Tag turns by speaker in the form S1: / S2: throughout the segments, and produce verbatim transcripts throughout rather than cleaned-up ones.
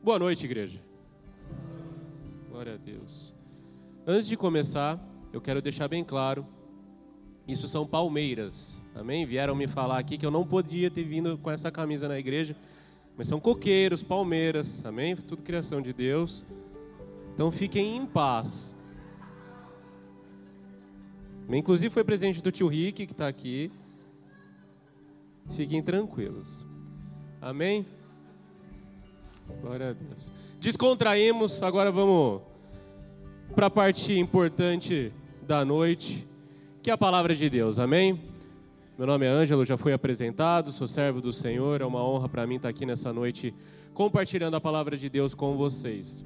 S1: Boa noite, igreja. Glória a Deus. Antes de começar, eu quero deixar bem claro, isso são palmeiras, amém? Vieram me falar aqui que eu não podia ter vindo com essa camisa na igreja, mas são coqueiros, palmeiras, amém? Tudo criação de Deus. Então fiquem em paz. Inclusive foi presente do tio Rick, que está aqui. Fiquem tranquilos. Amém? Glória a Deus. Descontraímos, agora vamos para a parte importante da noite, que é a palavra de Deus, amém? Meu nome é Ângelo, já fui apresentado, sou servo do Senhor, é uma honra para mim estar aqui nessa noite compartilhando a palavra de Deus com vocês.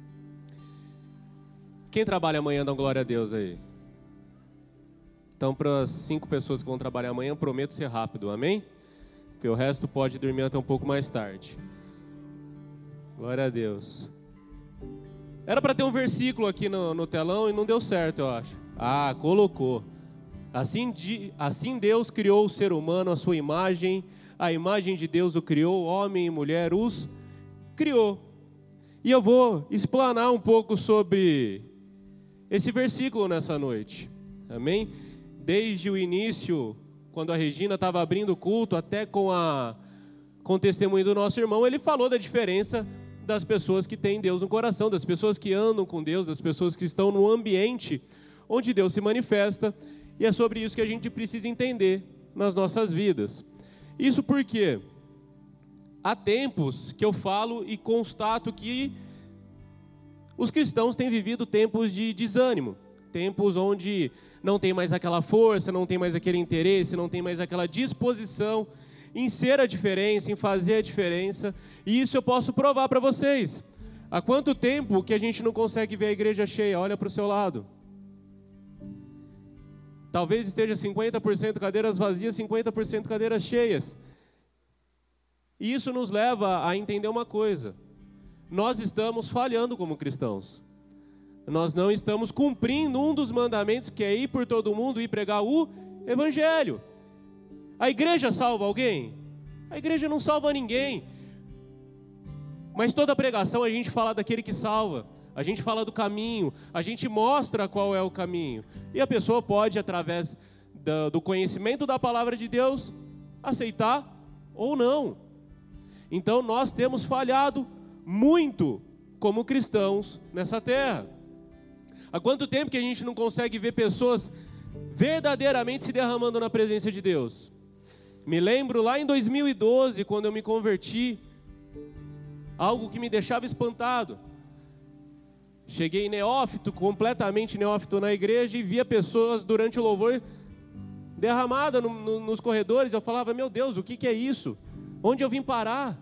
S1: Quem trabalha amanhã, dá glória a Deus aí. Então, para as cinco pessoas que vão trabalhar amanhã, prometo ser rápido, amém? Porque o resto pode dormir até um pouco mais tarde. Glória a Deus. Era para ter um versículo aqui no, no telão e não deu certo, eu acho. Ah, colocou. Assim, de, assim Deus criou o ser humano, a sua imagem, a imagem de Deus o criou, homem e mulher os criou. E eu vou explanar um pouco sobre esse versículo nessa noite, amém? Desde o início, quando a Regina estava abrindo o culto, até com, a, com o testemunho do nosso irmão, ele falou da diferença das pessoas que têm Deus no coração, das pessoas que andam com Deus, das pessoas que estão no ambiente onde Deus se manifesta, e é sobre isso que a gente precisa entender nas nossas vidas. Isso porque há tempos que eu falo e constato que os cristãos têm vivido tempos de desânimo, tempos onde não tem mais aquela força, não tem mais aquele interesse, não tem mais aquela disposição em ser a diferença, em fazer a diferença, e isso eu posso provar para vocês. Há quanto tempo que a gente não consegue ver a igreja cheia? Olha para o seu lado. Talvez esteja cinquenta por cento cadeiras vazias, cinquenta por cento cadeiras cheias. E isso nos leva a entender uma coisa: nós estamos falhando como cristãos. Nós não estamos cumprindo um dos mandamentos, que é ir por todo mundo e pregar o Evangelho. A igreja salva alguém? A igreja não salva ninguém. Mas toda pregação a gente fala daquele que salva. A gente fala do caminho, a gente mostra qual é o caminho. E a pessoa pode, através do, do conhecimento da palavra de Deus, aceitar ou não. Então nós temos falhado muito como cristãos nessa terra. Há quanto tempo que a gente não consegue ver pessoas verdadeiramente se derramando na presença de Deus? Me lembro lá em dois mil e doze, quando eu me converti, algo que me deixava espantado. Cheguei neófito, completamente neófito na igreja, e via pessoas durante o louvor derramadas no, no, nos corredores. Eu falava, meu Deus, o que, que é isso? Onde eu vim parar?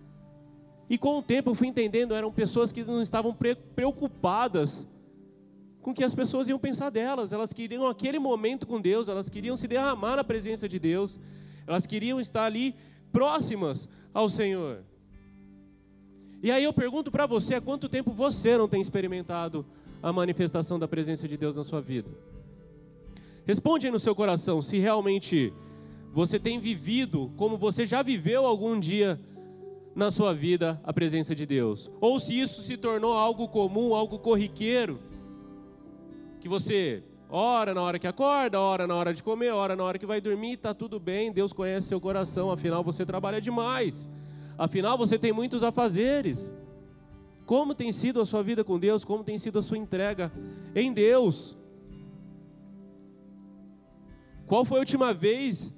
S1: E com o tempo eu fui entendendo, eram pessoas que não estavam pre- preocupadas com o que as pessoas iam pensar delas. Elas queriam aquele momento com Deus, elas queriam se derramar na presença de Deus, elas queriam estar ali próximas ao Senhor. E aí eu pergunto para você, há quanto tempo você não tem experimentado a manifestação da presença de Deus na sua vida? Responde aí no seu coração se realmente você tem vivido como você já viveu algum dia na sua vida a presença de Deus, ou se isso se tornou algo comum, algo corriqueiro, que você ora na hora que acorda, ora na hora de comer, ora na hora que vai dormir, está tudo bem, Deus conhece seu coração, afinal você trabalha demais, afinal você tem muitos afazeres. Como tem sido a sua vida com Deus? Como tem sido a sua entrega em Deus? Qual foi a última vez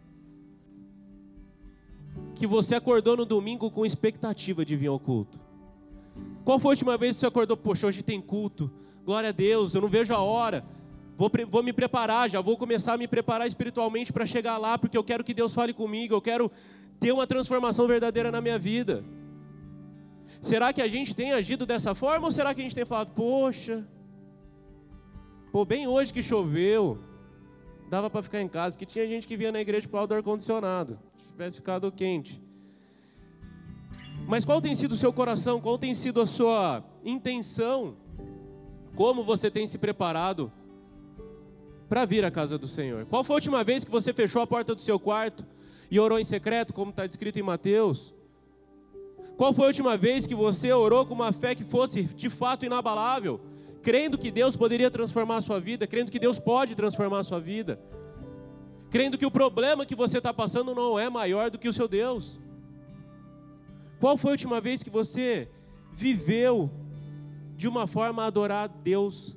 S1: que você acordou no domingo com expectativa de vir ao culto? Qual foi a última vez que você acordou, poxa, hoje tem culto, glória a Deus, eu não vejo a hora, vou, vou me preparar, já vou começar a me preparar espiritualmente para chegar lá, porque eu quero que Deus fale comigo, eu quero ter uma transformação verdadeira na minha vida. Será que a gente tem agido dessa forma, ou será que a gente tem falado, poxa, pô, bem hoje que choveu, dava para ficar em casa, porque tinha gente que vinha na igreja por causa do ar-condicionado, se tivesse ficado quente. Mas qual tem sido o seu coração, qual tem sido a sua intenção? Como você tem se preparado para vir à casa do Senhor? Qual foi a última vez que você fechou a porta do seu quarto e orou em secreto, como está descrito em Mateus? Qual foi a última vez que você orou com uma fé que fosse de fato inabalável, crendo que Deus poderia transformar a sua vida, crendo que Deus pode transformar a sua vida, crendo que o problema que você está passando não é maior do que o seu Deus? Qual foi a última vez que você viveu de uma forma a adorar a Deus,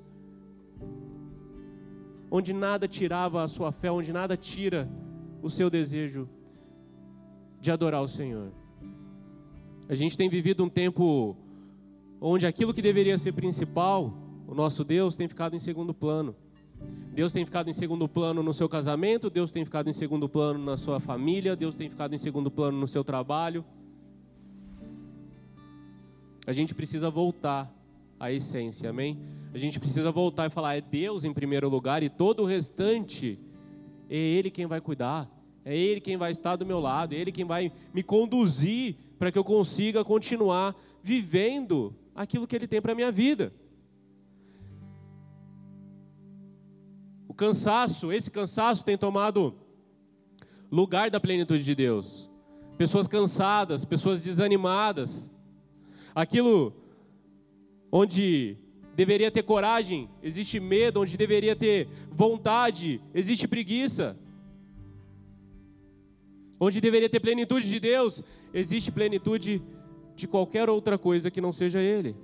S1: onde nada tirava a sua fé, onde nada tira o seu desejo de adorar o Senhor? A gente tem vivido um tempo onde aquilo que deveria ser principal, o nosso Deus, tem ficado em segundo plano. Deus tem ficado em segundo plano no seu casamento, Deus tem ficado em segundo plano na sua família, Deus tem ficado em segundo plano no seu trabalho. A gente precisa voltar à essência, amém? A gente precisa voltar e falar, é Deus em primeiro lugar e todo o restante é Ele quem vai cuidar, é Ele quem vai estar do meu lado, é Ele quem vai me conduzir para que eu consiga continuar vivendo aquilo que Ele tem para a minha vida. O cansaço, esse cansaço tem tomado lugar da plenitude de Deus. Pessoas cansadas, pessoas desanimadas. Aquilo onde deveria ter coragem, existe medo, onde deveria ter vontade, existe preguiça. Onde deveria ter plenitude de Deus, existe plenitude de qualquer outra coisa que não seja Ele.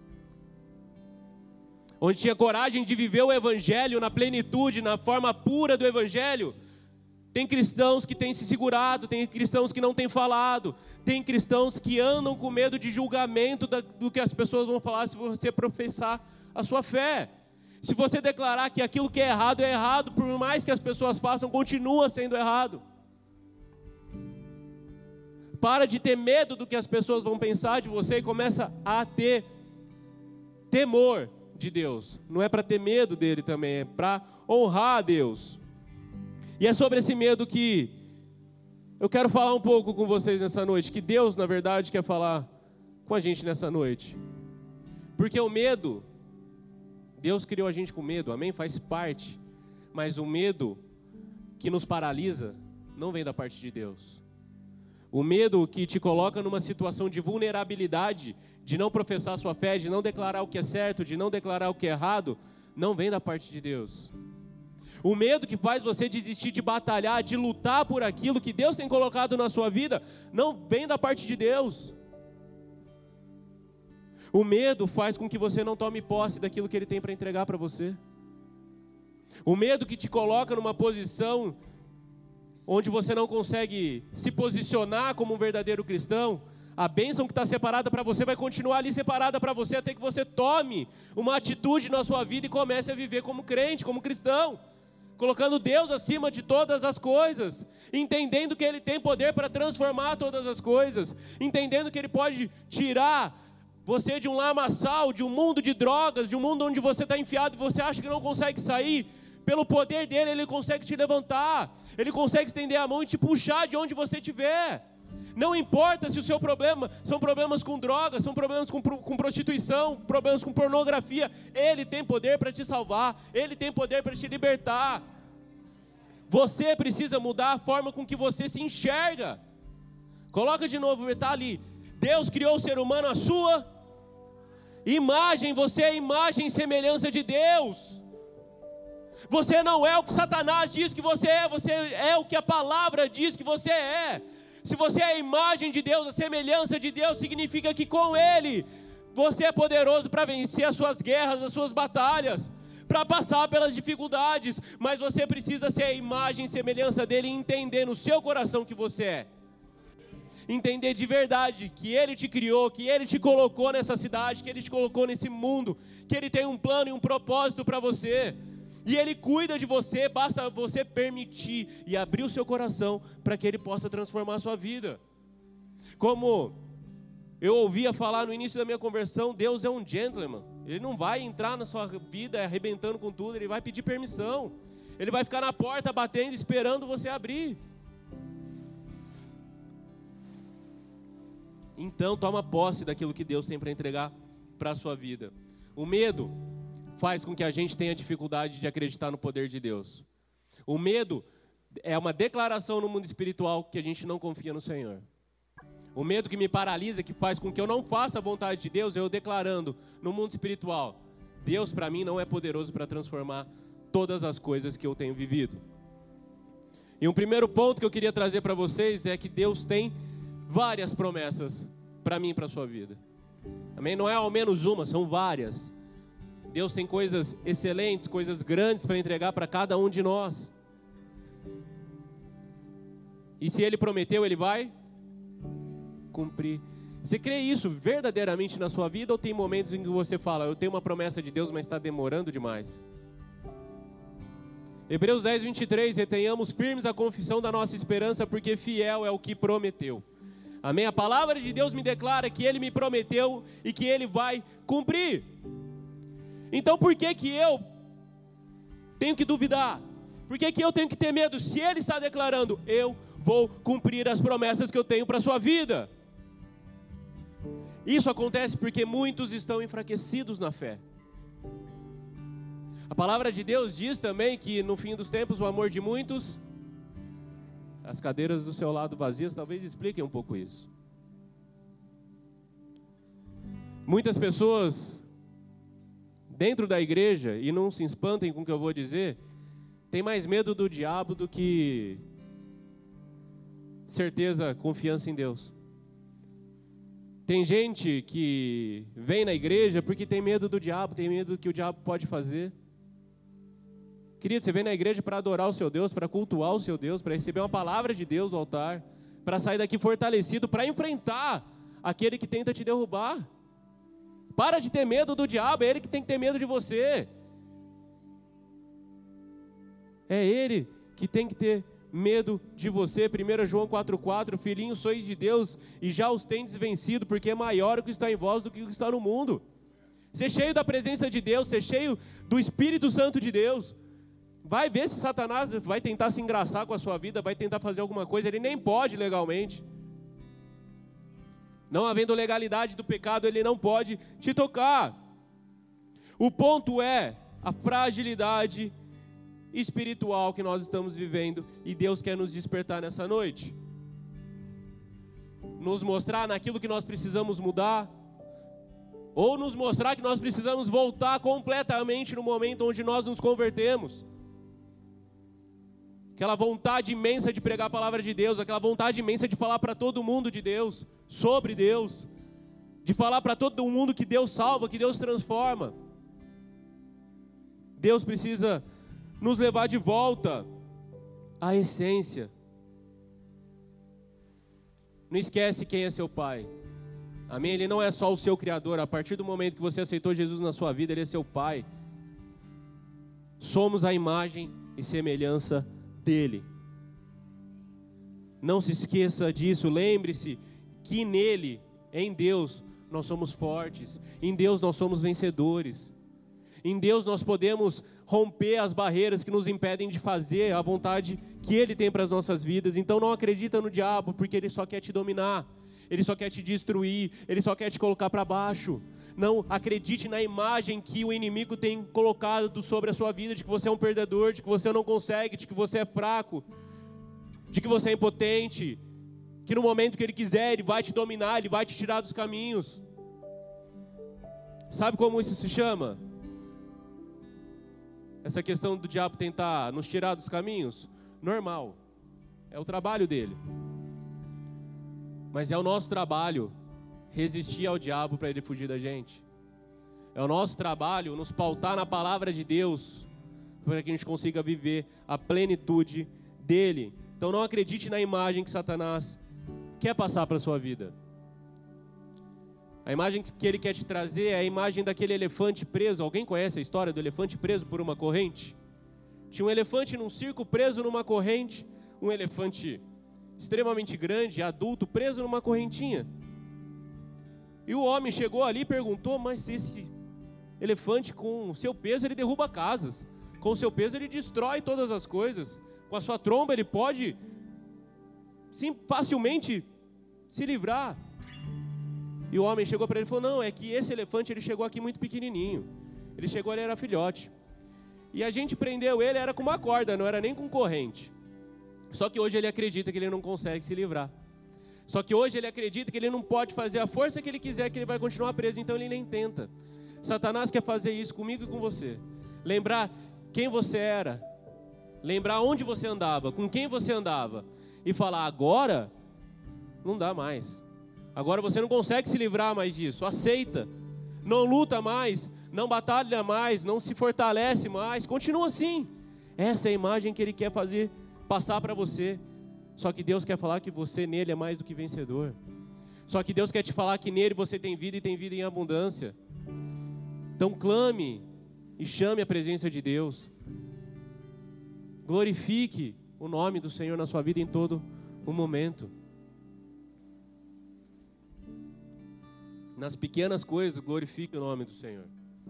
S1: Onde tinha coragem de viver o Evangelho na plenitude, na forma pura do Evangelho, tem cristãos que têm se segurado, tem cristãos que não têm falado, tem cristãos que andam com medo de julgamento da, do que as pessoas vão falar se você professar a sua fé. Se você declarar que aquilo que é errado é errado, por mais que as pessoas façam, continua sendo errado. Para de ter medo do que as pessoas vão pensar de você e começa a ter temor de Deus. Não é para ter medo dele também, é para honrar a Deus. E é sobre esse medo que eu quero falar um pouco com vocês nessa noite, que Deus, na verdade, quer falar com a gente nessa noite. Porque o medo, Deus criou a gente com medo, amém? Faz parte. Mas o medo que nos paralisa não vem da parte de Deus. O medo que te coloca numa situação de vulnerabilidade, de não professar a sua fé, de não declarar o que é certo, de não declarar o que é errado, não vem da parte de Deus. O medo que faz você desistir de batalhar, de lutar por aquilo que Deus tem colocado na sua vida, não vem da parte de Deus. O medo faz com que você não tome posse daquilo que Ele tem para entregar para você. O medo que te coloca numa posição onde você não consegue se posicionar como um verdadeiro cristão, a bênção que está separada para você vai continuar ali separada para você até que você tome uma atitude na sua vida e comece a viver como crente, como cristão, colocando Deus acima de todas as coisas, entendendo que Ele tem poder para transformar todas as coisas, entendendo que Ele pode tirar você de um lamaçal, de um mundo de drogas, de um mundo onde você está enfiado e você acha que não consegue sair. Pelo poder dele, Ele consegue te levantar, Ele consegue estender a mão e te puxar de onde você estiver. Não importa se o seu problema são problemas com drogas, são problemas com, com prostituição, problemas com pornografia, Ele tem poder para te salvar, Ele tem poder para te libertar. Você precisa mudar a forma com que você se enxerga. Coloca de novo, está ali. Deus criou o ser humano à sua imagem, você é a imagem e semelhança de Deus. Você não é o que Satanás diz que você é, você é o que a palavra diz que você é. Se você é a imagem de Deus, a semelhança de Deus, significa que com Ele, você é poderoso para vencer as suas guerras, as suas batalhas, para passar pelas dificuldades, mas você precisa ser a imagem e semelhança dEle e entender no seu coração que você é. Entender de verdade que Ele te criou, que Ele te colocou nessa cidade, que Ele te colocou nesse mundo, que Ele tem um plano e um propósito para você. E Ele cuida de você, basta você permitir e abrir o seu coração para que Ele possa transformar a sua vida. Como eu ouvia falar no início da minha conversão, Deus é um gentleman. Ele não vai entrar na sua vida arrebentando com tudo, Ele vai pedir permissão. Ele vai ficar na porta batendo, esperando você abrir. Então toma posse daquilo que Deus tem para entregar para a sua vida. O medo faz com que a gente tenha dificuldade de acreditar no poder de Deus. O medo é uma declaração no mundo espiritual que a gente não confia no Senhor. O medo que me paralisa, que faz com que eu não faça a vontade de Deus, eu declarando no mundo espiritual: Deus para mim não é poderoso para transformar todas as coisas que eu tenho vivido. E um primeiro ponto que eu queria trazer para vocês é que Deus tem várias promessas para mim e para a sua vida. Amém? Não é ao menos uma, são várias. Deus tem coisas excelentes, coisas grandes para entregar para cada um de nós. E se Ele prometeu, Ele vai cumprir. Você crê isso verdadeiramente na sua vida, ou tem momentos em que você fala: eu tenho uma promessa de Deus, mas está demorando demais? Hebreus dez, vinte e três, retenhamos firmes a confissão da nossa esperança, porque fiel é o que prometeu. Amém? A palavra de Deus me declara que Ele me prometeu e que Ele vai cumprir. Então por que que eu tenho que duvidar? Por que que eu tenho que ter medo? Se Ele está declarando: eu vou cumprir as promessas que eu tenho para a sua vida. Isso acontece porque muitos estão enfraquecidos na fé. A palavra de Deus diz também que no fim dos tempos o amor de muitos, as cadeiras do seu lado vazias talvez expliquem um pouco isso. Muitas pessoas dentro da igreja, e não se espantem com o que eu vou dizer, tem mais medo do diabo do que certeza, confiança em Deus. Tem gente que vem na igreja porque tem medo do diabo, tem medo do que o diabo pode fazer. Querido, você vem na igreja para adorar o seu Deus, para cultuar o seu Deus, para receber uma palavra de Deus no altar, para sair daqui fortalecido, para enfrentar aquele que tenta te derrubar. Para de ter medo do diabo, é ele que tem que ter medo de você. É ele que tem que ter medo de você. primeiro João quatro, quatro, filhinhos, sois de Deus e já os tendes vencido, porque é maior o que está em vós do que o que está no mundo. Ser cheio da presença de Deus, ser cheio do Espírito Santo de Deus. Vai ver se Satanás vai tentar se engraçar com a sua vida, vai tentar fazer alguma coisa, ele nem pode legalmente. Não havendo legalidade do pecado, ele não pode te tocar. O ponto é a fragilidade espiritual que nós estamos vivendo, e Deus quer nos despertar nessa noite. Nos mostrar naquilo que nós precisamos mudar, ou nos mostrar que nós precisamos voltar completamente no momento onde nós nos convertemos. Aquela vontade imensa de pregar a palavra de Deus, aquela vontade imensa de falar para todo mundo de Deus, sobre Deus, de falar para todo mundo que Deus salva, que Deus transforma. Deus precisa nos levar de volta à essência. Não esquece quem é seu pai. Amém? Ele não é só o seu criador. A partir do momento que você aceitou Jesus na sua vida, Ele é seu pai. Somos a imagem e semelhança dele. Não se esqueça disso. Lembre-se que nele, em Deus, nós somos fortes. Em Deus nós somos vencedores. Em Deus nós podemos romper as barreiras que nos impedem de fazer a vontade que Ele tem para as nossas vidas. Então não acredita no diabo, porque ele só quer te dominar, ele só quer te destruir, ele só quer te colocar para baixo. Não acredite na imagem que o inimigo tem colocado sobre a sua vida, de que você é um perdedor, de que você não consegue, de que você é fraco, de que você é impotente, que no momento que ele quiser, ele vai te dominar, ele vai te tirar dos caminhos. Sabe como isso se chama? Essa questão do diabo tentar nos tirar dos caminhos? Normal, é o trabalho dele. Mas é o nosso trabalho resistir ao diabo para ele fugir da gente. É o nosso trabalho nos pautar na palavra de Deus, para que a gente consiga viver a plenitude dele. Então não acredite na imagem que Satanás quer passar para a sua vida. A imagem que ele quer te trazer é a imagem daquele elefante preso. Alguém conhece a história do elefante preso por uma corrente? Tinha um elefante num circo preso numa corrente, um elefante extremamente grande, adulto, preso numa correntinha. E o homem chegou ali e perguntou: mas esse elefante, com o seu peso ele derruba casas, com o seu peso ele destrói todas as coisas, com a sua tromba ele pode sim, facilmente se livrar. E o homem chegou para ele e falou: não, é que esse elefante ele chegou aqui muito pequenininho, ele chegou ali, era filhote, e a gente prendeu ele, era com uma corda, não era nem com corrente. Só que hoje ele acredita que ele não consegue se livrar. Só que hoje ele acredita que ele não pode fazer a força que ele quiser, que ele vai continuar preso, então ele nem tenta. Satanás quer fazer isso comigo e com você. Lembrar quem você era, lembrar onde você andava, com quem você andava, e falar, agora não dá mais. Agora você não consegue se livrar mais disso, aceita. Não luta mais, não batalha mais, não se fortalece mais, continua assim. Essa é a imagem que ele quer fazer, passar para você. Só que Deus quer falar que você nele é mais do que vencedor. Só que Deus quer te falar que nele você tem vida e tem vida em abundância. Então clame e chame a presença de Deus. Glorifique o nome do Senhor na sua vida em todo o momento. Nas pequenas coisas, glorifique o nome do Senhor.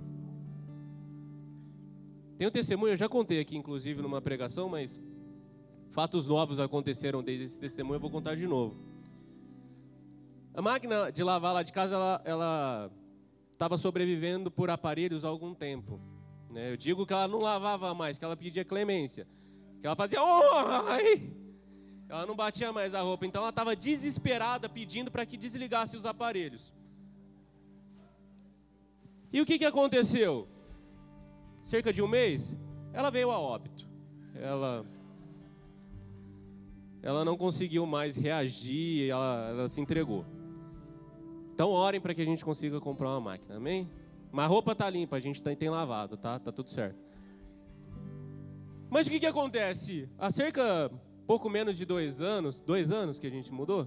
S1: Tem um testemunho, eu já contei aqui inclusive numa pregação, mas fatos novos aconteceram desde esse testemunho, eu vou contar de novo. A máquina de lavar lá de casa, ela estava sobrevivendo por aparelhos há algum tempo. Né? Eu digo que ela não lavava mais, que ela pedia clemência. Que ela fazia, oi! Ela não batia mais a roupa, então ela estava desesperada pedindo para que desligasse os aparelhos. E o que, que aconteceu? Cerca de um mês, ela veio a óbito. Ela... Ela não conseguiu mais reagir, ela, ela se entregou. Então orem para que a gente consiga comprar uma máquina, amém? Mas a roupa está limpa, a gente tem, tem lavado, tá? Tá tudo certo. Mas o que que acontece? Há cerca, pouco menos de dois anos, dois anos que a gente mudou?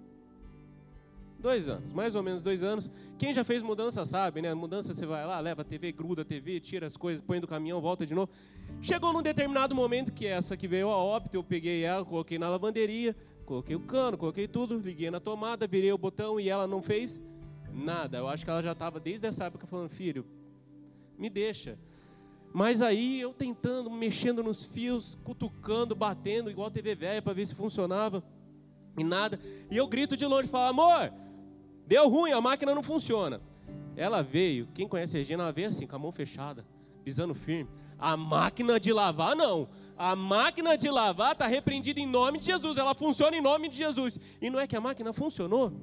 S1: Dois anos, mais ou menos dois anos. Quem já fez mudança sabe, né? Mudança você vai lá, leva a T V, gruda a T V, tira as coisas, põe do caminhão, volta de novo. Chegou num determinado momento que essa que veio a óbito, eu peguei ela, coloquei na lavanderia, coloquei o cano, coloquei tudo, liguei na tomada, virei o botão e ela não fez nada. Eu acho que ela já estava desde essa época falando, filho, me deixa. Mas aí eu tentando, mexendo nos fios, cutucando, batendo, igual a T V velha para ver se funcionava. E nada. E eu grito de longe, falo, amor, deu ruim, a máquina não funciona. Ela veio, quem conhece a Regina, ela veio assim, com a mão fechada, pisando firme. A máquina de lavar, não. A máquina de lavar está repreendida em nome de Jesus. Ela funciona em nome de Jesus. E não é que a máquina funcionou?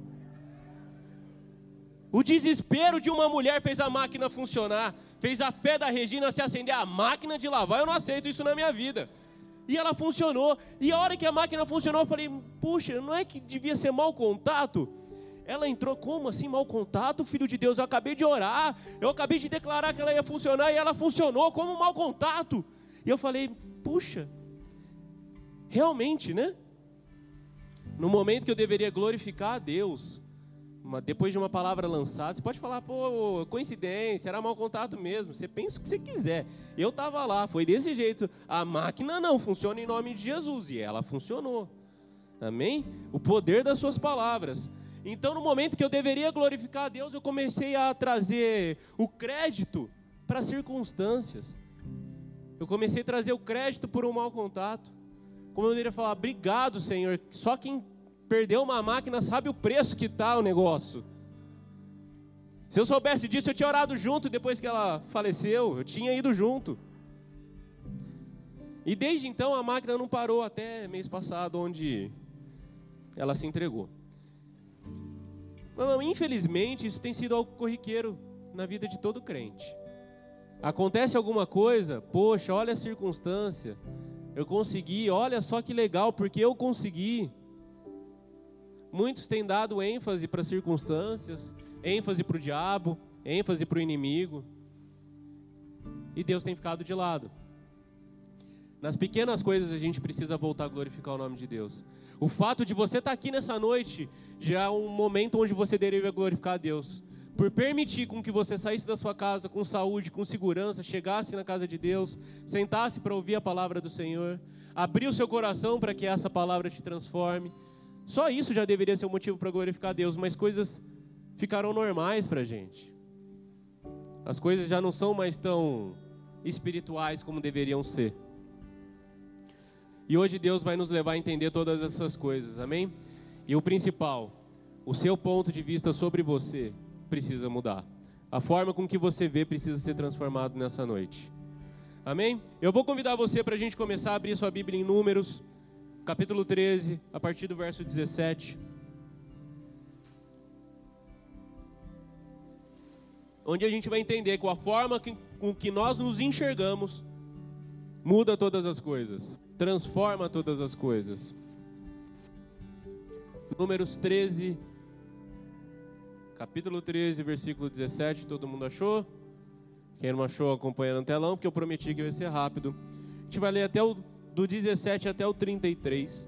S1: O desespero de uma mulher fez a máquina funcionar. Fez a fé da Regina se acender. A máquina de lavar, eu não aceito isso na minha vida. E ela funcionou. E a hora que a máquina funcionou, eu falei, puxa, não é que devia ser mau contato? Ela entrou, como assim, mau contato, filho de Deus? Eu acabei de orar, eu acabei de declarar que ela ia funcionar e ela funcionou, como mau contato? E eu falei, puxa, realmente, né? No momento que eu deveria glorificar a Deus, uma, depois de uma palavra lançada, você pode falar, pô, coincidência, era mau contato mesmo, você pensa o que você quiser. Eu estava lá, foi desse jeito. A máquina não funciona em nome de Jesus, e ela funcionou. Amém? O poder das suas palavras. Então, no momento que eu deveria glorificar a Deus, eu comecei a trazer o crédito para as circunstâncias. Eu comecei a trazer o crédito por um mau contato. Como eu deveria falar, obrigado, Senhor. Só quem perdeu uma máquina sabe o preço que está o negócio. Se eu soubesse disso, eu tinha orado junto depois que ela faleceu. Eu tinha ido junto. E desde então, a máquina não parou até mês passado, onde ela se entregou. Mas, infelizmente, isso tem sido algo corriqueiro na vida de todo crente. Acontece alguma coisa, poxa, olha a circunstância, eu consegui, olha só que legal, porque eu consegui. Muitos têm dado ênfase para circunstâncias, ênfase para o diabo, ênfase para o inimigo, e Deus tem ficado de lado. Nas pequenas coisas a gente precisa voltar a glorificar o nome de Deus. O fato de você estar aqui nessa noite já é um momento onde você deveria glorificar a Deus. Por permitir com que você saísse da sua casa com saúde, com segurança, chegasse na casa de Deus, sentasse para ouvir a palavra do Senhor, abrir o seu coração para que essa palavra te transforme. Só isso já deveria ser um motivo para glorificar a Deus, mas coisas ficaram normais para a gente. As coisas já não são mais tão espirituais como deveriam ser. E hoje Deus vai nos levar a entender todas essas coisas, amém? E o principal, o seu ponto de vista sobre você precisa mudar. A forma com que você vê precisa ser transformado nessa noite. Amém? Eu vou convidar você para a gente começar a abrir sua Bíblia em Números, capítulo treze, a partir do verso dezessete. onde a gente vai entender que a forma que, com que nós nos enxergamos muda todas as coisas, transforma todas as coisas. Números treze, capítulo treze, versículo dezessete, todo mundo achou? Quem não achou, acompanha no telão, porque eu prometi que vai ser rápido. A gente vai ler até o, do dezessete até o trinta e três.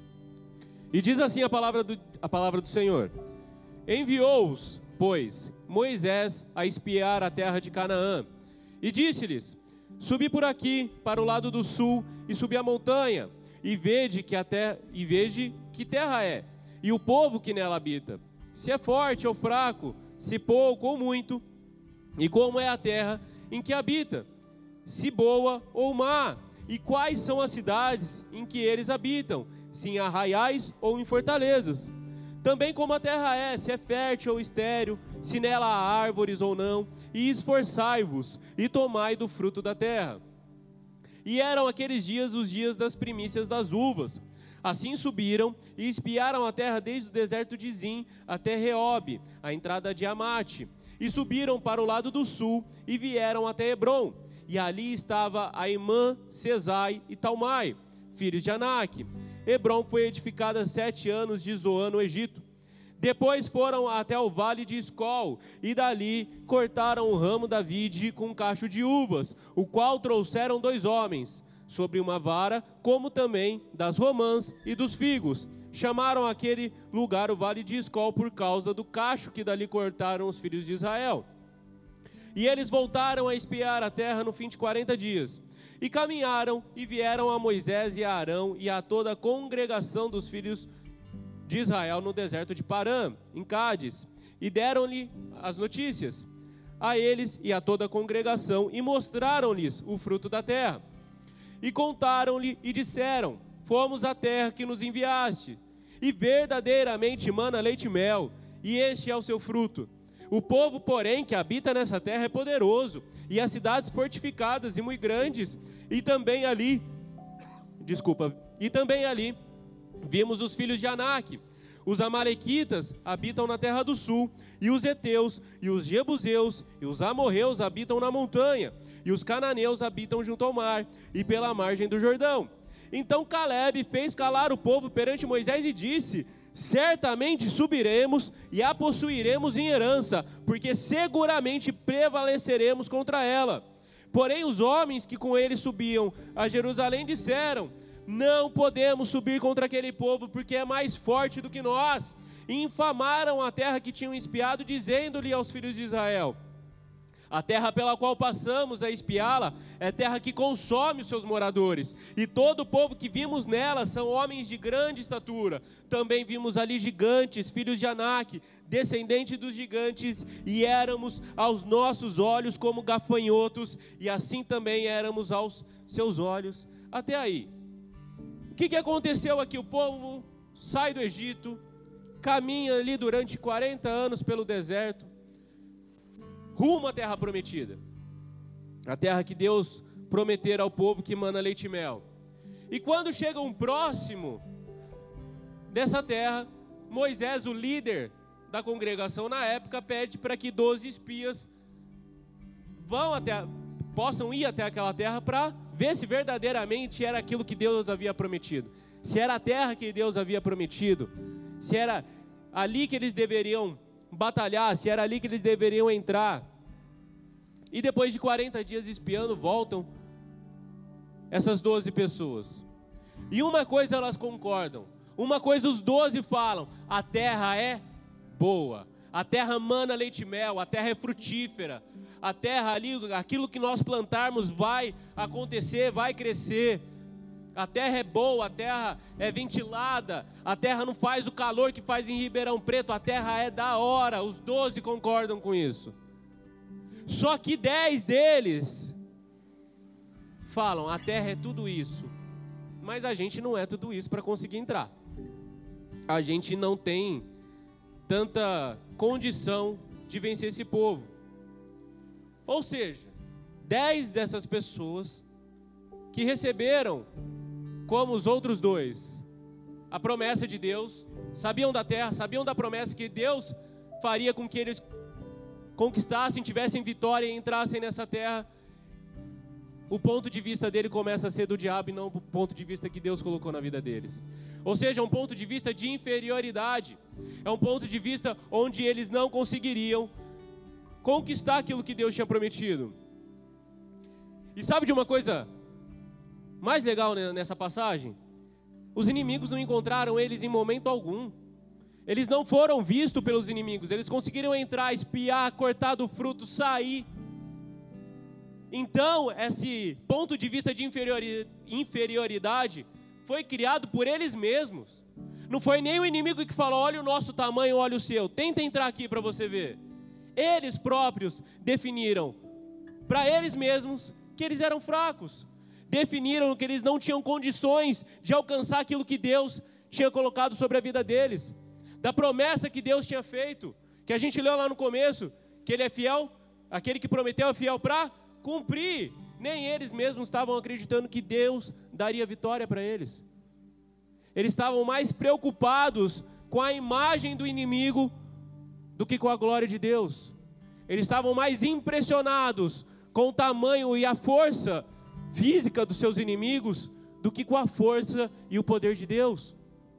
S1: E diz assim a palavra do, a palavra do Senhor: enviou-os, pois, Moisés a espiar a terra de Canaã, e disse-lhes: subi por aqui, para o lado do sul, e subi a montanha, e vede que, a terra, e veja que terra é, e o povo que nela habita, se é forte ou fraco, se pouco ou muito, e como é a terra em que habita, se boa ou má, e quais são as cidades em que eles habitam, se em arraiais ou em fortalezas. Também como a terra é, se é fértil ou estéril, se nela há árvores ou não, e esforçai-vos, e tomai do fruto da terra. E eram aqueles dias os dias das primícias das uvas. Assim subiram e espiaram a terra desde o deserto de Zim até Reob, a entrada de Amate. E subiram para o lado do sul e vieram até Hebrom. E ali estava Aimã, Sesai e Talmai, filhos de Anak. Hebrom foi edificada sete anos de Zoan no Egito. Depois foram até o vale de Escol, e dali cortaram o ramo da vide com um cacho de uvas, o qual trouxeram dois homens, sobre uma vara, como também das romãs e dos figos. Chamaram aquele lugar o vale de Escol por causa do cacho que dali cortaram os filhos de Israel. E eles voltaram a espiar a terra no fim de quarenta dias. E caminharam e vieram a Moisés e a Arão e a toda a congregação dos filhos de Israel no deserto de Parã, em Cádiz, e deram-lhe as notícias a eles e a toda a congregação, e mostraram-lhes o fruto da terra. E contaram-lhe e disseram: fomos à terra que nos enviaste, e verdadeiramente mana leite e mel, e este é o seu fruto. O povo, porém, que habita nessa terra é poderoso, e as cidades fortificadas e muito grandes, e também ali, desculpa, e também ali, vimos os filhos de Anak. Os amalequitas habitam na terra do sul, e os heteus, e os jebuseus, e os amorreus habitam na montanha, e os cananeus habitam junto ao mar, e pela margem do Jordão. Então Caleb fez calar o povo perante Moisés e disse: certamente subiremos e a possuiremos em herança, porque seguramente prevaleceremos contra ela. Porém os homens que com ele subiam a Jerusalém disseram: não podemos subir contra aquele povo, porque é mais forte do que nós. E infamaram a terra que tinham espiado, dizendo-lhe aos filhos de Israel: a terra pela qual passamos a espiá-la é terra que consome os seus moradores, e todo o povo que vimos nela são homens de grande estatura. Também vimos ali gigantes, filhos de Anak, descendentes dos gigantes, e éramos aos nossos olhos como gafanhotos, e assim também éramos aos seus olhos. Até aí, o que, que aconteceu aqui? O povo sai do Egito, caminha ali durante quarenta anos pelo deserto, rumo à terra prometida, a terra que Deus prometera ao povo que mana leite e mel. E quando chega um próximo dessa terra, Moisés, o líder da congregação na época, pede para que doze espias vão até, possam ir até aquela terra para ver se verdadeiramente era aquilo que Deus havia prometido, se era a terra que Deus havia prometido, se era ali que eles deveriam batalhar, se era ali que eles deveriam entrar. E depois de quarenta dias espiando, voltam essas doze pessoas. E uma coisa elas concordam, uma coisa os doze falam: a terra é boa, a terra mana leite e mel, a terra é frutífera, a terra ali, aquilo que nós plantarmos vai acontecer, vai crescer. A terra é boa, a terra é ventilada, a terra não faz o calor que faz em Ribeirão Preto, a terra é da hora. Os doze concordam com isso. Só que dez deles falam: a terra é tudo isso, mas a gente não é tudo isso para conseguir entrar. A gente não tem tanta condição de vencer esse povo. Ou seja, dez dessas pessoas que receberam, como os outros dois, a promessa de Deus, sabiam da terra, sabiam da promessa que Deus faria com que eles conquistassem, tivessem vitória e entrassem nessa terra, o ponto de vista dele começa a ser do diabo e não o ponto de vista que Deus colocou na vida deles. Ou seja, é um ponto de vista de inferioridade. É um ponto de vista onde eles não conseguiriam conquistar aquilo que Deus tinha prometido. E sabe de uma coisa mais legal nessa passagem? Os inimigos não encontraram eles em momento algum. Eles não foram vistos pelos inimigos. Eles conseguiram entrar, espiar, cortar do fruto, sair. Então, esse ponto de vista de inferioridade foi criado por eles mesmos. Não foi nem o inimigo que falou, olha o nosso tamanho, olha o seu, tenta entrar aqui para você ver. Eles próprios definiram para eles mesmos que eles eram fracos. Definiram que eles não tinham condições de alcançar aquilo que Deus tinha colocado sobre a vida deles. Da promessa que Deus tinha feito, que a gente leu lá no começo, que Ele é fiel, aquele que prometeu é fiel para cumprir. Nem eles mesmos estavam acreditando que Deus daria vitória para eles. Eles estavam mais preocupados com a imagem do inimigo do que com a glória de Deus. Eles estavam mais impressionados com o tamanho e a força física dos seus inimigos do que com a força e o poder de Deus.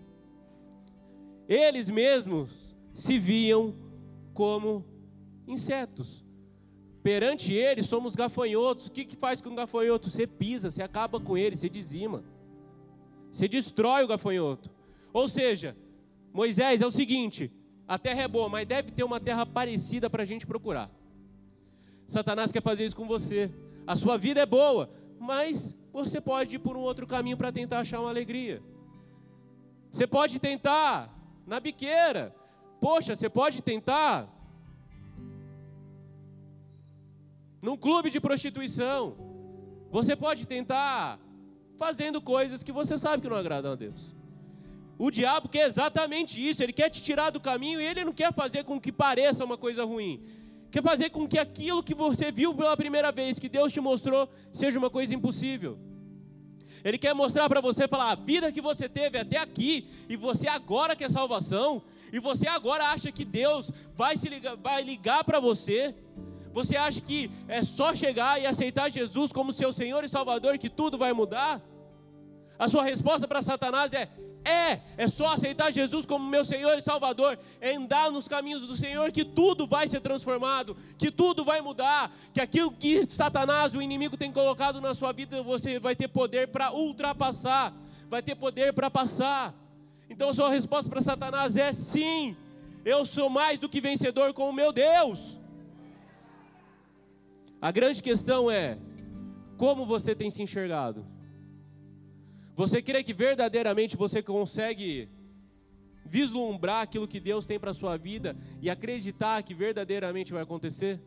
S1: Eles mesmos se viam como insetos. Perante eles somos gafanhotos. O que que faz com um gafanhoto? Você pisa, você acaba com ele, você dizima. Você destrói o gafanhoto. Ou seja, Moisés, é o seguinte, a terra é boa, mas deve ter uma terra parecida para a gente procurar. Satanás quer fazer isso com você. A sua vida é boa, mas você pode ir por um outro caminho para tentar achar uma alegria. Você pode tentar na biqueira. Poxa, você pode tentar num clube de prostituição. Você pode tentar fazendo coisas que você sabe que não agradam a Deus. O diabo quer exatamente isso. Ele quer te tirar do caminho e ele não quer fazer com que pareça uma coisa ruim. Quer fazer com que aquilo que você viu pela primeira vez, que Deus te mostrou, seja uma coisa impossível. Ele quer mostrar para você, falar, a vida que você teve até aqui, e você agora quer salvação, e você agora acha que Deus vai, se ligar, vai ligar para você. Você acha que é só chegar e aceitar Jesus como seu Senhor e Salvador que tudo vai mudar? A sua resposta para Satanás é, é, é só aceitar Jesus como meu Senhor e Salvador, é andar nos caminhos do Senhor que tudo vai ser transformado, que tudo vai mudar, que aquilo que Satanás, o inimigo, tem colocado na sua vida, você vai ter poder para ultrapassar, vai ter poder para passar. Então a sua resposta para Satanás é sim, eu sou mais do que vencedor com o meu Deus. A grande questão é, como você tem se enxergado? Você crê que verdadeiramente você consegue vislumbrar aquilo que Deus tem para a sua vida e acreditar que verdadeiramente vai acontecer?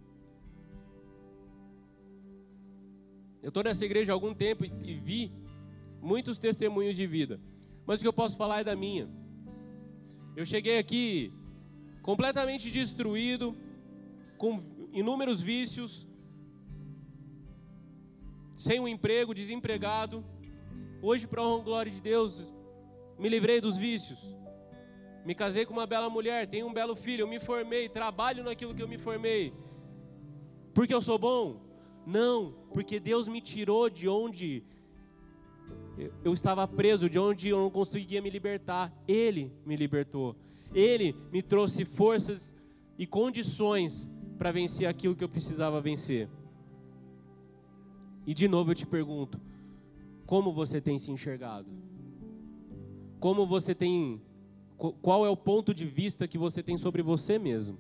S1: Eu estou nessa igreja há algum tempo e, e vi muitos testemunhos de vida, mas o que eu posso falar é da minha. Eu cheguei aqui completamente destruído, com inúmeros vícios, sem um emprego, desempregado. Hoje, para a honra e glória de Deus, me livrei dos vícios. Me casei com uma bela mulher, tenho um belo filho, eu me formei, trabalho naquilo que eu me formei. Porque eu sou bom? Não, porque Deus me tirou de onde eu estava preso, de onde eu não conseguia me libertar. Ele me libertou. Ele me trouxe forças e condições para vencer aquilo que eu precisava vencer. E de novo eu te pergunto, como você tem se enxergado? Como você tem, qual é o ponto de vista que você tem sobre você mesmo?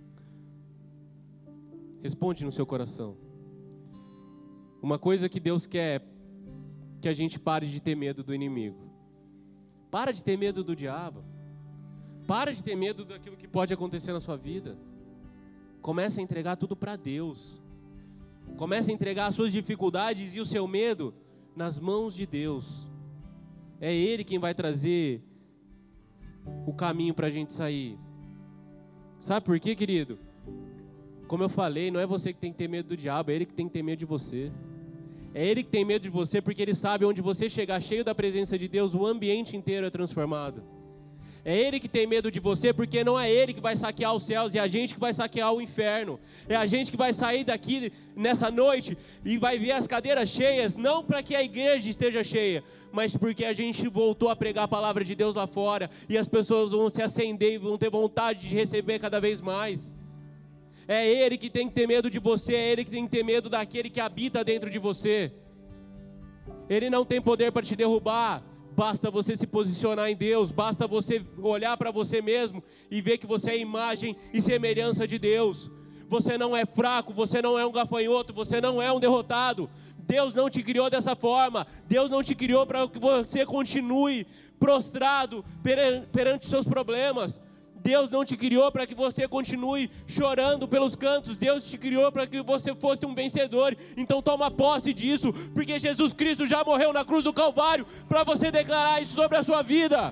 S1: Responde no seu coração. Uma coisa que Deus quer é que a gente pare de ter medo do inimigo. Para de ter medo do diabo. Para de ter medo daquilo que pode acontecer na sua vida. Comece a entregar tudo para Deus. Comece a entregar as suas dificuldades e o seu medo nas mãos de Deus. É Ele quem vai trazer o caminho para a gente sair. Sabe por quê, querido? Como eu falei, não é você que tem que ter medo do diabo, é Ele que tem que ter medo de você. É Ele que tem medo de você porque Ele sabe onde você chegar cheio da presença de Deus, o ambiente inteiro é transformado. É Ele que tem medo de você, porque não é Ele que vai saquear os céus, é a gente que vai saquear o inferno. É a gente que vai sair daqui nessa noite e vai ver as cadeiras cheias, não para que a igreja esteja cheia, mas porque a gente voltou a pregar a palavra de Deus lá fora, e as pessoas vão se acender e vão ter vontade de receber cada vez mais. É Ele que tem que ter medo de você, é Ele que tem que ter medo daquele que habita dentro de você. Ele não tem poder para te derrubar. Basta você se posicionar em Deus, basta você olhar para você mesmo e ver que você é imagem e semelhança de Deus. Você não é fraco, você não é um gafanhoto, você não é um derrotado. Deus não te criou dessa forma. Deus não te criou para que você continue prostrado perante os seus problemas. Deus não te criou para que você continue chorando pelos cantos. Deus te criou para que você fosse um vencedor. Então toma posse disso, porque Jesus Cristo já morreu na cruz do Calvário para você declarar isso sobre a sua vida.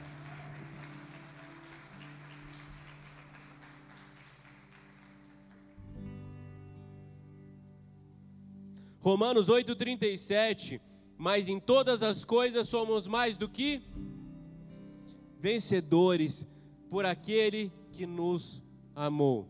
S1: Romanos oito, trinta e sete, mas em todas as coisas somos mais do que vencedores por aquele que nos amou.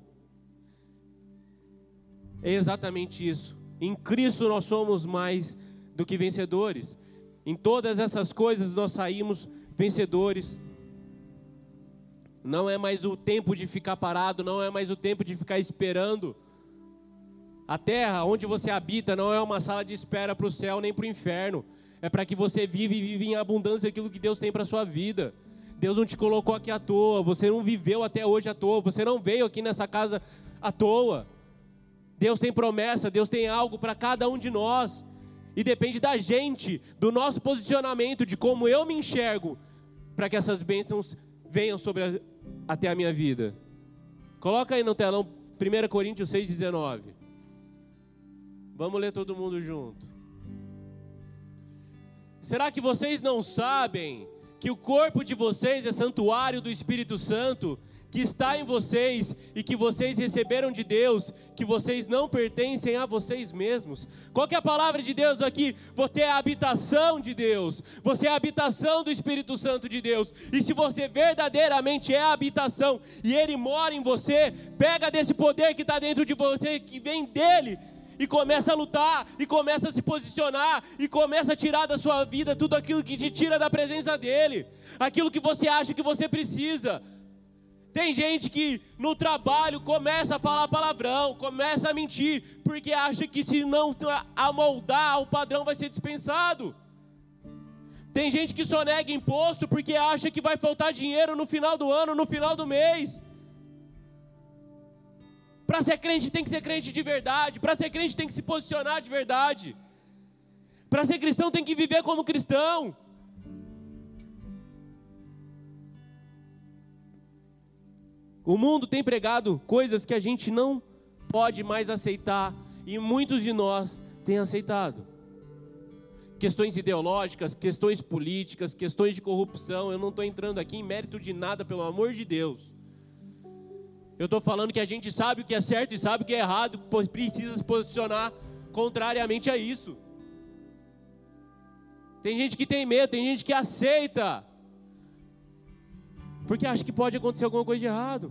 S1: É exatamente isso. Em Cristo nós somos mais do que vencedores. Em todas essas coisas nós saímos vencedores. Não é mais o tempo de ficar parado, não é mais o tempo de ficar esperando. A terra onde você habita não é uma sala de espera para o céu nem para o inferno. É para que você vive e vive em abundância aquilo que Deus tem para a sua vida. Deus não te colocou aqui à toa, você não viveu até hoje à toa, você não veio aqui nessa casa à toa. Deus tem promessa, Deus tem algo para cada um de nós, e depende da gente, do nosso posicionamento, de como eu me enxergo, para que essas bênçãos venham sobre a, até a minha vida. Coloca aí no telão primeira Coríntios seis, dezenove. Vamos ler todo mundo junto. Será que vocês não sabem que o corpo de vocês é santuário do Espírito Santo, que está em vocês e que vocês receberam de Deus, que vocês não pertencem a vocês mesmos? Qual que é a palavra de Deus aqui? Você é a habitação de Deus, você é a habitação do Espírito Santo de Deus, e se você verdadeiramente é a habitação, e Ele mora em você, pega desse poder que está dentro de você, que vem dEle, e começa a lutar, e começa a se posicionar, e começa a tirar da sua vida tudo aquilo que te tira da presença dEle, aquilo que você acha que você precisa. Tem gente que no trabalho começa a falar palavrão, começa a mentir, porque acha que se não amoldar o padrão vai ser dispensado. Tem gente que só nega imposto porque acha que vai faltar dinheiro no final do ano, no final do mês. Para ser crente tem que ser crente de verdade. Para ser crente tem que se posicionar de verdade. Para ser cristão tem que viver como cristão. O mundo tem pregado coisas que a gente não pode mais aceitar. E muitos de nós têm aceitado. Questões ideológicas, questões políticas, questões de corrupção. Eu não estou entrando aqui em mérito de nada, pelo amor de Deus. Eu estou falando que a gente sabe o que é certo e sabe o que é errado, pois precisa se posicionar contrariamente a isso. Tem gente que tem medo, tem gente que aceita, porque acha que pode acontecer alguma coisa de errado.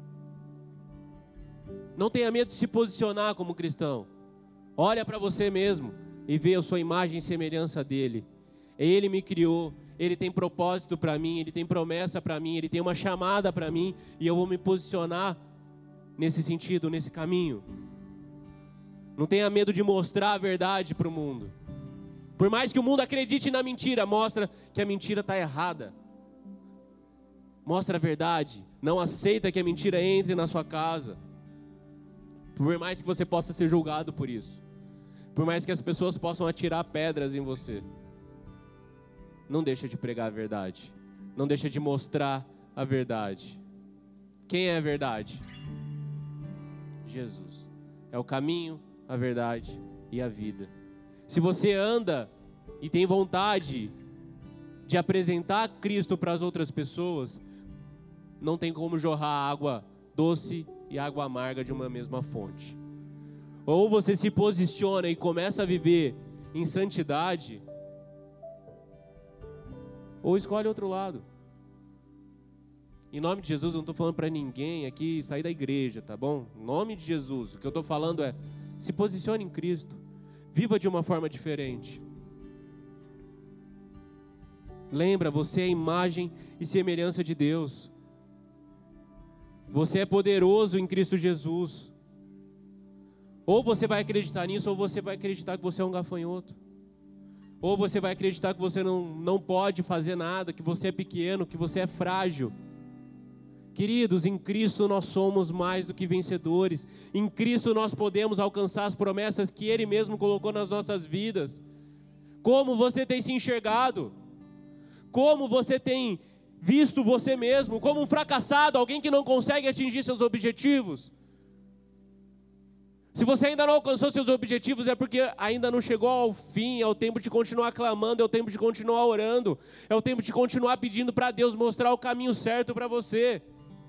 S1: Não tenha medo de se posicionar como cristão. Olha para você mesmo e vê a sua imagem e semelhança dele. Ele me criou. Ele tem propósito para mim, Ele tem promessa para mim, Ele tem uma chamada para mim, e eu vou me posicionar nesse sentido, nesse caminho. Não tenha medo de mostrar a verdade para o mundo. Por mais que o mundo acredite na mentira, mostra que a mentira está errada. Mostra a verdade, não aceita que a mentira entre na sua casa. Por mais que você possa ser julgado por isso. Por mais que as pessoas possam atirar pedras em você. Não deixa de pregar a verdade. Não deixa de mostrar a verdade. Quem é a verdade? Jesus. É o caminho, a verdade e a vida. Se você anda e tem vontade de apresentar Cristo para as outras pessoas, não tem como jorrar água doce e água amarga de uma mesma fonte. Ou você se posiciona e começa a viver em santidade, ou escolhe outro lado. Em nome de Jesus, eu não estou falando para ninguém aqui sair da igreja, tá bom? Em nome de Jesus, o que eu estou falando é, se posicione em Cristo, viva de uma forma diferente. Lembra, você é a imagem e semelhança de Deus. Você é poderoso em Cristo Jesus. Ou você vai acreditar nisso, ou você vai acreditar que você é um gafanhoto. Ou você vai acreditar que você não, não pode fazer nada, que você é pequeno, que você é frágil. Queridos, em Cristo nós somos mais do que vencedores. Em Cristo nós podemos alcançar as promessas que Ele mesmo colocou nas nossas vidas. Como você tem se enxergado? Como você tem visto você mesmo? Como um fracassado, alguém que não consegue atingir seus objetivos? Se você ainda não alcançou seus objetivos, é porque ainda não chegou ao fim. É o tempo de continuar clamando, é o tempo de continuar orando, é o tempo de continuar pedindo para Deus mostrar o caminho certo para você.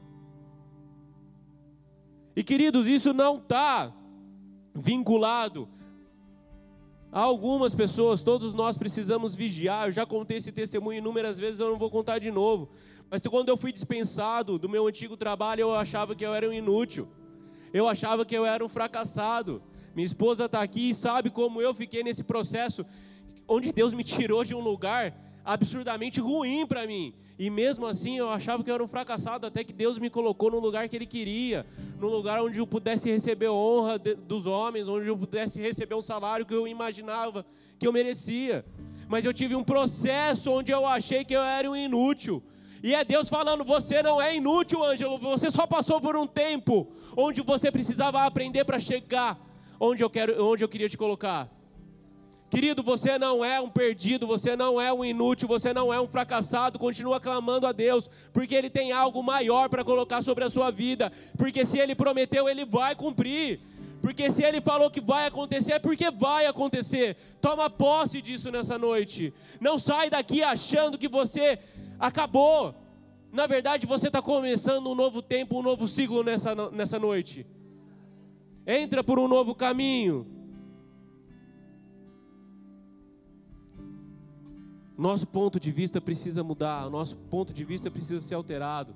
S1: E queridos, isso não está vinculado a algumas pessoas. Todos nós precisamos vigiar. Eu já contei esse testemunho inúmeras vezes, eu não vou contar de novo. Mas quando eu fui dispensado do meu antigo trabalho, eu achava que eu era um inútil. Eu achava que eu era um fracassado. Minha esposa está aqui e sabe como eu fiquei nesse processo, onde Deus me tirou de um lugar absurdamente ruim para mim. E mesmo assim eu achava que eu era um fracassado, até que Deus me colocou no lugar que Ele queria, no lugar onde eu pudesse receber honra de, dos homens, onde eu pudesse receber um salário que eu imaginava que eu merecia. Mas eu tive um processo onde eu achei que eu era um inútil. E é Deus falando, você não é inútil, Ângelo, você só passou por um tempo onde você precisava aprender para chegar onde eu, quero, onde eu queria te colocar. Querido, você não é um perdido, você não é um inútil, você não é um fracassado, continua clamando a Deus, porque Ele tem algo maior para colocar sobre a sua vida, porque se Ele prometeu, Ele vai cumprir, porque se Ele falou que vai acontecer, é porque vai acontecer. Toma posse disso nessa noite, não sai daqui achando que você acabou. Na verdade, você está começando um novo tempo, um novo ciclo nessa, nessa noite. Entra por um novo caminho. Nosso ponto de vista precisa mudar, nosso ponto de vista precisa ser alterado.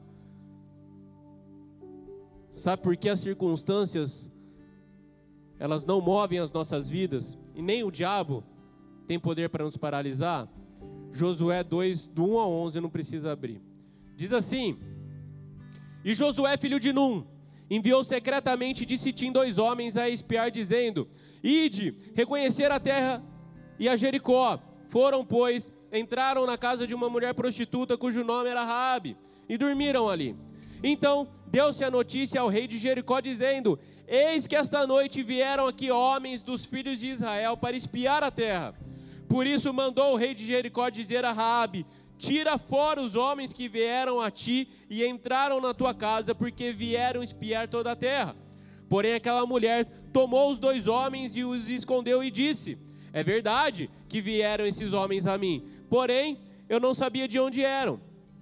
S1: Sabe por que as circunstâncias, elas não movem as nossas vidas? E nem o diabo tem poder para nos paralisar? Josué dois, do um a onze, não precisa abrir. Diz assim: E Josué, filho de Num, enviou secretamente de Sitim dois homens a espiar, dizendo: Ide, reconhecer a terra e a Jericó. Foram, pois, entraram na casa de uma mulher prostituta, cujo nome era Raabe, e dormiram ali. Então deu-se a notícia ao rei de Jericó, dizendo: Eis que esta noite vieram aqui homens dos filhos de Israel para espiar a terra. Por isso mandou o rei de Jericó dizer a Raabe: Tira fora os homens que vieram a ti e entraram na tua casa, porque vieram espiar toda a terra. Porém aquela mulher tomou os dois homens e os escondeu e disse: É verdade que vieram esses homens a mim, porém eu não sabia de onde eram.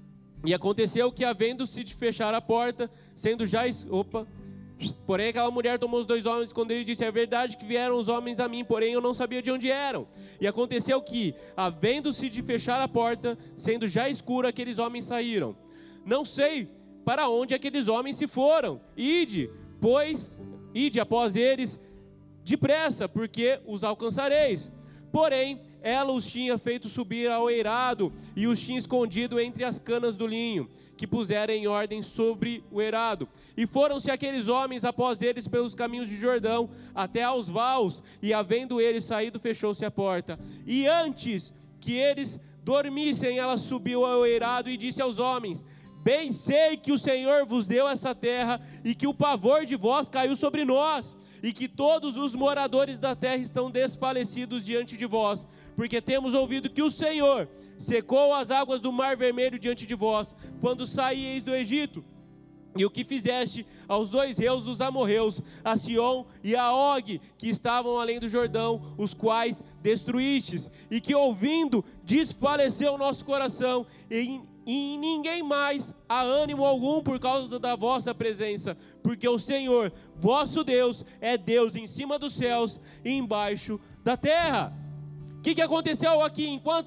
S1: E aconteceu que, havendo-se de fechar a porta, sendo já... Opa... Porém aquela mulher tomou os dois homens, escondeu e disse: É verdade que vieram os homens a mim, porém eu não sabia de onde eram. E aconteceu que, havendo-se de fechar a porta, sendo já escuro, aqueles homens saíram. Não sei para onde aqueles homens se foram. Ide, pois, ide após eles depressa, porque os alcançareis. Porém ela os tinha feito subir ao eirado e os tinha escondido entre as canas do linho, que puseram em ordem sobre o eirado. E foram-se aqueles homens após eles pelos caminhos de Jordão, até aos vaus, e havendo eles saído, fechou-se a porta. E antes que eles dormissem, ela subiu ao eirado e disse aos homens: Bem sei que o Senhor vos deu essa terra, e que o pavor de vós caiu sobre nós, e que todos os moradores da terra estão desfalecidos diante de vós, porque temos ouvido que o Senhor secou as águas do Mar Vermelho diante de vós, quando saíeis do Egito. E o que fizeste aos dois reis dos amorreus, a Sion e a Og, que estavam além do Jordão, os quais destruístes, e que ouvindo desfaleceu o nosso coração, e e em ninguém mais há ânimo algum por causa da vossa presença, porque o Senhor, vosso Deus, é Deus em cima dos céus e embaixo da terra. O que, que aconteceu aqui? Enquanto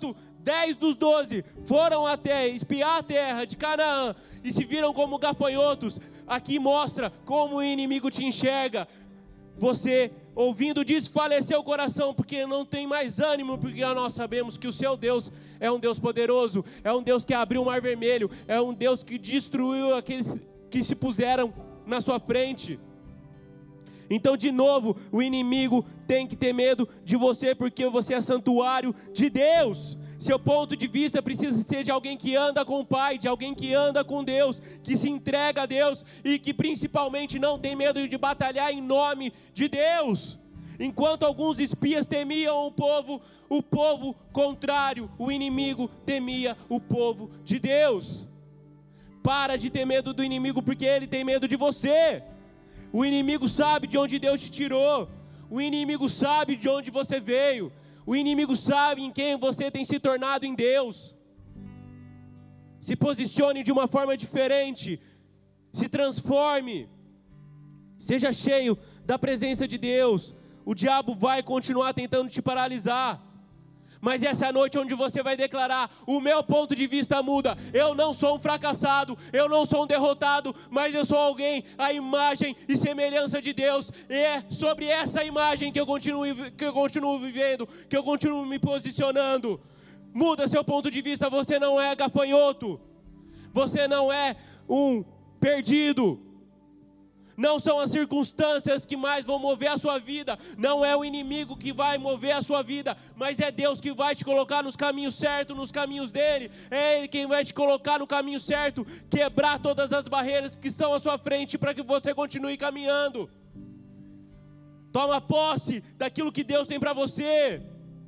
S1: dez dos doze foram até espiar a terra de Canaã e se viram como gafanhotos. Aqui mostra como o inimigo te enxerga. Você, ouvindo, desfaleceu o coração, porque não tem mais ânimo, porque nós sabemos que o seu Deus é um Deus poderoso, é um Deus que abriu o mar vermelho, é um Deus que destruiu aqueles que se puseram na sua frente. Então, de novo, o inimigo tem que ter medo de você, porque você é santuário de Deus. Seu ponto de vista precisa ser de alguém que anda com o Pai, de alguém que anda com Deus, que se entrega a Deus e que principalmente não tem medo de batalhar em nome de Deus. Enquanto alguns espias temiam o povo, o povo contrário, o inimigo temia o povo de Deus. Para de ter medo do inimigo, porque ele tem medo de você. O inimigo sabe de onde Deus te tirou. O inimigo sabe de onde você veio. O inimigo sabe em quem você tem se tornado em Deus. Se posicione de uma forma diferente. Se transforme. Seja cheio da presença de Deus. O diabo vai continuar tentando te paralisar. Mas essa é a noite onde você vai declarar: o meu ponto de vista muda. Eu não sou um fracassado, eu não sou um derrotado, mas eu sou alguém, a imagem e semelhança de Deus. E é sobre essa imagem que eu continuo, que eu continuo vivendo, que eu continuo me posicionando. Muda seu ponto de vista. Você não é gafanhoto, você não é um perdido. Não são as circunstâncias que mais vão mover a sua vida. Não é o inimigo que vai mover a sua vida, mas é Deus que vai te colocar nos caminhos certos, nos caminhos dele. É Ele quem vai te colocar no caminho certo, quebrar todas as barreiras que estão à sua frente para que você continue caminhando. Toma posse daquilo que Deus tem para você.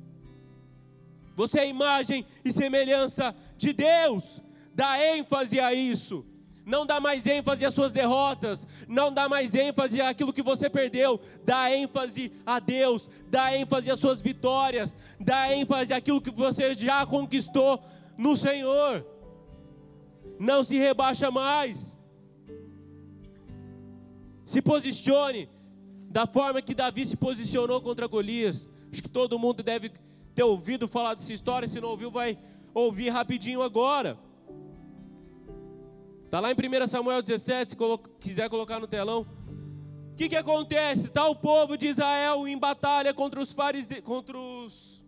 S1: Você é imagem e semelhança de Deus. Dá ênfase a isso. Não dá mais ênfase às suas derrotas, não dá mais ênfase àquilo que você perdeu, dá ênfase a Deus, dá ênfase às suas vitórias, dá ênfase àquilo que você já conquistou no Senhor. Não se rebaixa mais. Se posicione da forma que Davi se posicionou contra Golias. Acho que todo mundo deve ter ouvido falar dessa história, se não ouviu vai ouvir rapidinho agora. Está lá em primeiro Samuel dezessete, se colo- quiser colocar no telão. O que, que acontece? Está o povo de Israel em batalha contra os fariseus, contra os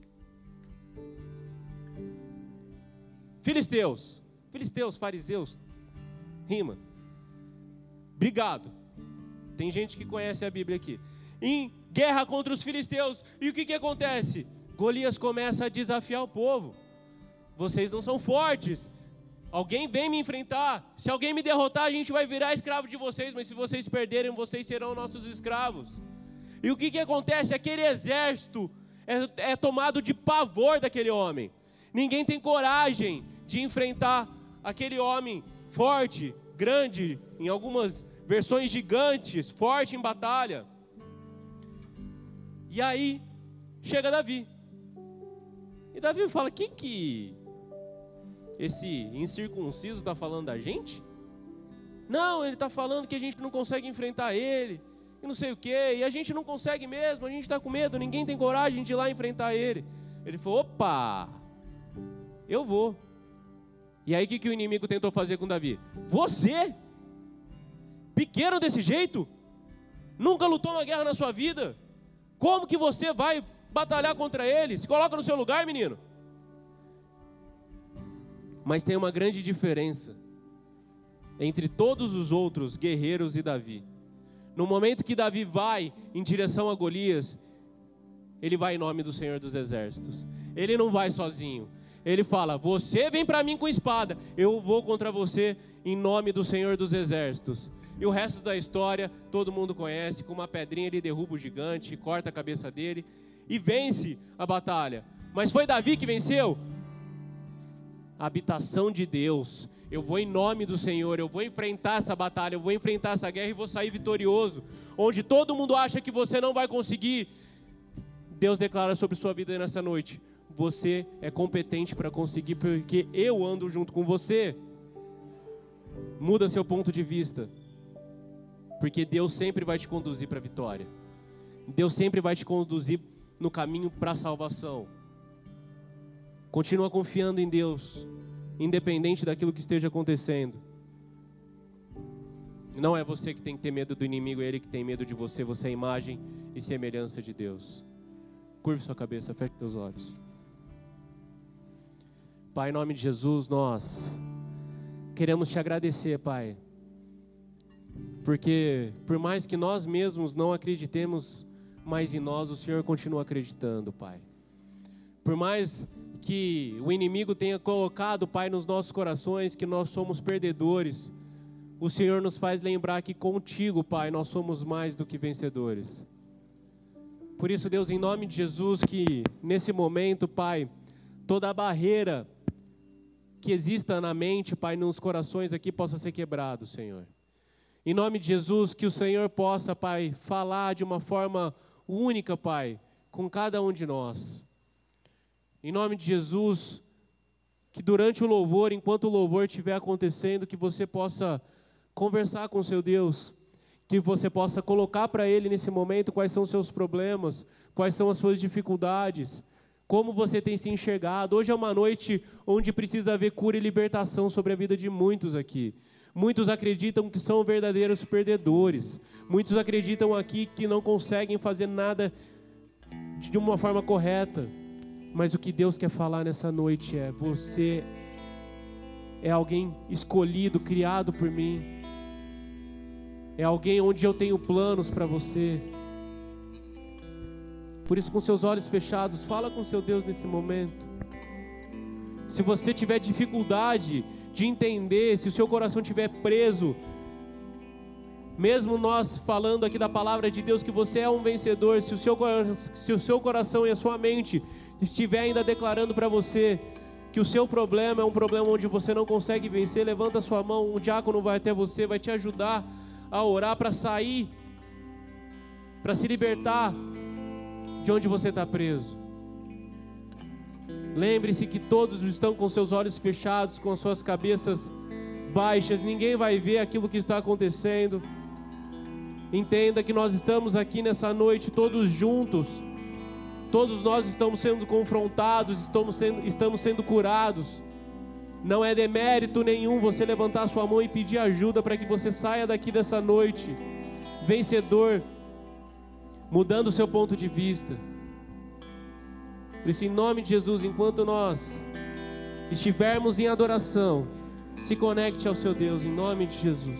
S1: filisteus. Filisteus, fariseus, rima. Obrigado. Tem gente que conhece a Bíblia aqui. Em guerra contra os filisteus. E o que, que acontece? Golias começa a desafiar o povo. Vocês não são fortes. Alguém vem me enfrentar. Se alguém me derrotar, a gente vai virar escravo de vocês. Mas se vocês perderem, vocês serão nossos escravos. E o que, que acontece? Aquele exército é, é tomado de pavor daquele homem. Ninguém tem coragem de enfrentar aquele homem forte, grande, em algumas versões gigantes, forte em batalha. E aí chega Davi. E Davi fala: que que esse incircunciso está falando da gente? Não, ele está falando que a gente não consegue enfrentar ele, e não sei o que, e a gente não consegue mesmo, a gente está com medo, ninguém tem coragem de ir lá enfrentar ele. Ele falou: opa, eu vou. E aí o que, que o inimigo tentou fazer com Davi? Você? Pequeno desse jeito? Nunca lutou uma guerra na sua vida? Como que você vai batalhar contra ele? Se coloca no seu lugar, menino. Mas tem uma grande diferença entre todos os outros guerreiros e Davi. No momento que Davi vai em direção a Golias, ele vai em nome do Senhor dos Exércitos. Ele não vai sozinho. Ele fala: você vem para mim com espada, eu vou contra você em nome do Senhor dos Exércitos. E o resto da história todo mundo conhece. Com uma pedrinha ele derruba o gigante, corta a cabeça dele e vence a batalha. Mas foi Davi que venceu? A habitação de Deus. Eu vou em nome do Senhor, eu vou enfrentar essa batalha, eu vou enfrentar essa guerra e vou sair vitorioso. Onde todo mundo acha que você não vai conseguir, Deus declara sobre sua vida nessa noite: você é competente para conseguir, porque eu ando junto com você. Muda seu ponto de vista, porque Deus sempre vai te conduzir para a vitória. Deus sempre vai te conduzir no caminho para a salvação. Continua confiando em Deus, independente daquilo que esteja acontecendo. Não é você que tem que ter medo do inimigo, é ele que tem medo de você. Você é a imagem e semelhança de Deus. Curve sua cabeça, feche seus olhos. Pai, em nome de Jesus, nós queremos te agradecer, Pai. Porque por mais que nós mesmos não acreditemos mais em nós, o Senhor continua acreditando, Pai. Por mais que o inimigo tenha colocado, Pai, nos nossos corações que nós somos perdedores, o Senhor nos faz lembrar que contigo, Pai, nós somos mais do que vencedores. Por isso, Deus, em nome de Jesus, que nesse momento, Pai, toda a barreira que exista na mente, Pai, nos corações aqui possa ser quebrado, Senhor. Em nome de Jesus, que o Senhor possa, Pai, falar de uma forma única, Pai, com cada um de nós. Em nome de Jesus, que durante o louvor, enquanto o louvor estiver acontecendo, que você possa conversar com o seu Deus, que você possa colocar para Ele nesse momento quais são os seus problemas, quais são as suas dificuldades, como você tem se enxergado. Hoje é uma noite onde precisa haver cura e libertação sobre a vida de muitos aqui. Muitos acreditam que são verdadeiros perdedores. Muitos acreditam aqui que não conseguem fazer nada de uma forma correta. Mas o que Deus quer falar nessa noite é: você é alguém escolhido, criado por mim. É alguém onde eu tenho planos para você. Por isso, com seus olhos fechados, fala com seu Deus nesse momento. Se você tiver dificuldade de entender, se o seu coração estiver preso, mesmo nós falando aqui da palavra de Deus que você é um vencedor, se o seu, se o seu coração e a sua mente estiver ainda declarando para você que o seu problema é um problema onde você não consegue vencer, levanta a sua mão, um diácono vai até você, vai te ajudar a orar para sair, para se libertar de onde você está preso. Lembre-se que todos estão com seus olhos fechados, com as suas cabeças baixas, ninguém vai ver aquilo que está acontecendo. Entenda que nós estamos aqui nessa noite todos juntos, todos nós estamos sendo confrontados, estamos sendo, estamos sendo curados. Não é demérito nenhum você levantar a sua mão e pedir ajuda para que você saia daqui dessa noite vencedor, mudando o seu ponto de vista. Por isso, em nome de Jesus, enquanto nós estivermos em adoração, se conecte ao seu Deus, em nome de Jesus.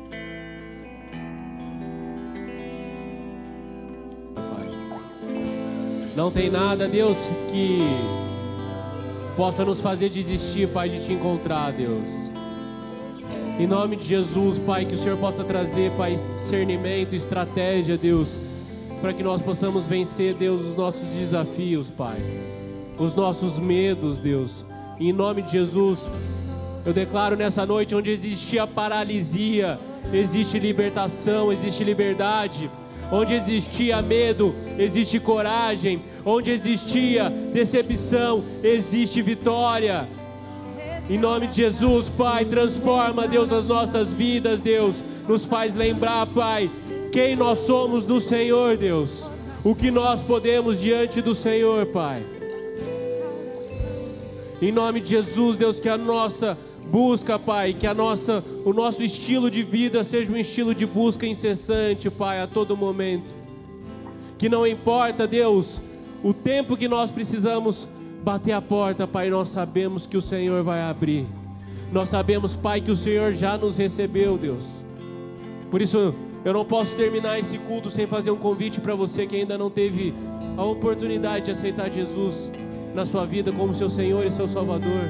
S1: Pai, não tem nada, Deus, que possa nos fazer desistir, Pai, de te encontrar, Deus. Em nome de Jesus, Pai, que o Senhor possa trazer, Pai, discernimento, estratégia, Deus, para que nós possamos vencer, Deus, os nossos desafios, Pai, os nossos medos, Deus. E em nome de Jesus, eu declaro nessa noite, onde existia paralisia, existe libertação, existe liberdade. Onde existia medo, existe coragem. Onde existia decepção, existe vitória. Em nome de Jesus, Pai, transforma, Deus, as nossas vidas, Deus. Nos faz lembrar, Pai, quem nós somos no Senhor, Deus. O que nós podemos diante do Senhor, Pai. Em nome de Jesus, Deus, que a nossa busca, Pai, que a nossa, o nosso estilo de vida seja um estilo de busca incessante, Pai, a todo momento. Que não importa, Deus, o tempo que nós precisamos bater a porta, Pai, nós sabemos que o Senhor vai abrir. Nós sabemos, Pai, que o Senhor já nos recebeu, Deus. Por isso, eu não posso terminar esse culto sem fazer um convite para você que ainda não teve a oportunidade de aceitar Jesus na sua vida como seu Senhor e seu Salvador.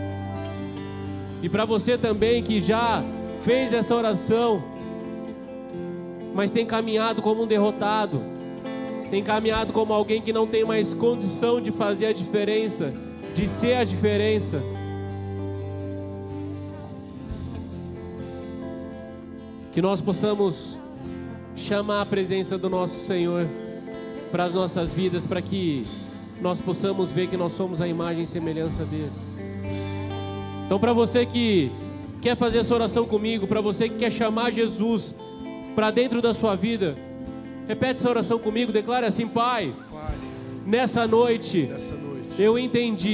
S1: E para você também que já fez essa oração, mas tem caminhado como um derrotado, tem caminhado como alguém que não tem mais condição de fazer a diferença, de ser a diferença. Que nós possamos chamar a presença do nosso Senhor para as nossas vidas, para que nós possamos ver que nós somos a imagem e semelhança dele. Então, para você que quer fazer essa oração comigo, para você que quer chamar Jesus para dentro da sua vida, repete essa oração comigo, declare assim: Pai,
S2: Pai,
S1: nessa noite,
S2: nessa noite
S1: eu entendi,
S2: eu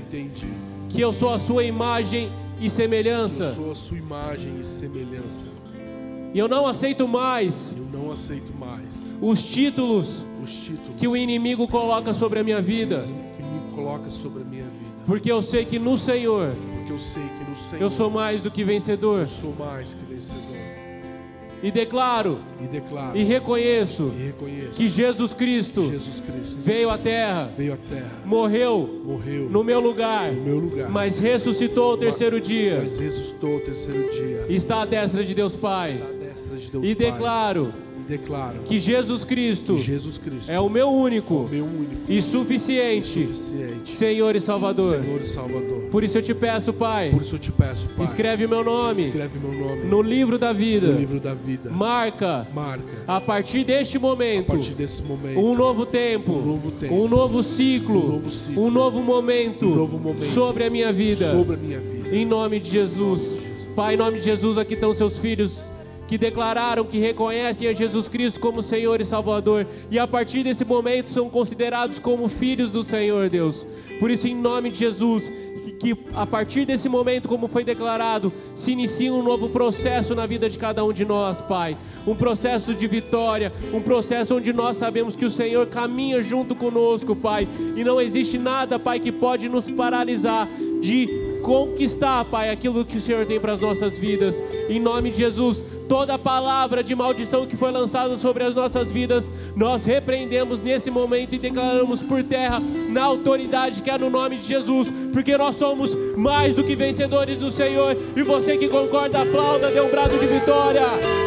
S2: entendi
S1: que eu sou a sua imagem e
S2: que
S1: semelhança.
S2: eu sou a sua imagem e semelhança.
S1: E eu não aceito mais
S2: Eu não aceito mais
S1: os títulos
S2: os títulos
S1: que o inimigo coloca sobre a minha vida,
S2: que me coloca sobre a minha vida,
S1: porque eu sei que no Senhor
S2: porque eu sei que no Senhor
S1: eu sou mais do que vencedor.
S2: eu sou mais que vencedor.
S1: E declaro
S2: E declaro
S1: e reconheço
S2: e reconheço
S1: que Jesus Cristo
S2: que Jesus Cristo
S1: veio à terra,
S2: veio à terra,
S1: morreu
S2: morreu
S1: no meu lugar,
S2: no meu lugar,
S1: mas ressuscitou ao terceiro dia,
S2: mas ressuscitou ao terceiro dia.
S1: e está à destra de Deus Pai.
S2: Está à destra de Deus
S1: E
S2: Pai.
S1: declaro
S2: E declaro
S1: que Jesus Cristo
S2: que Jesus Cristo
S1: é o meu único
S2: meu único
S1: e suficiente
S2: suficiente
S1: Senhor e Salvador.
S2: Senhor e Salvador.
S1: Por isso eu te peço, Pai,
S2: Por isso eu te peço, Pai,
S1: escreve o meu nome
S2: escreve meu nome
S1: no livro da vida.
S2: no livro da vida.
S1: Marca,
S2: Marca
S1: a partir deste
S2: a
S1: momento,
S2: partir desse momento
S1: um novo tempo,
S2: um novo tempo,
S1: um novo ciclo,
S2: um novo ciclo,
S1: um novo momento,
S2: um novo momento
S1: sobre a minha vida.
S2: sobre a minha vida.
S1: Em nome de Jesus. Pai, em nome de Jesus, aqui estão seus filhos que declararam que reconhecem a Jesus Cristo como Senhor e Salvador, e a partir desse momento são considerados como filhos do Senhor, Deus. Por isso, em nome de Jesus, que a partir desse momento, como foi declarado, se inicia um novo processo na vida de cada um de nós, Pai. Um processo de vitória, um processo onde nós sabemos que o Senhor caminha junto conosco, Pai. E não existe nada, Pai, que pode nos paralisar de conquistar, Pai, aquilo que o Senhor tem para as nossas vidas. Em nome de Jesus, toda palavra de maldição que foi lançada sobre as nossas vidas, nós repreendemos nesse momento e declaramos por terra, na autoridade que é no nome de Jesus, porque nós somos mais do que vencedores do Senhor. E você que concorda, aplauda, dê um brado de vitória.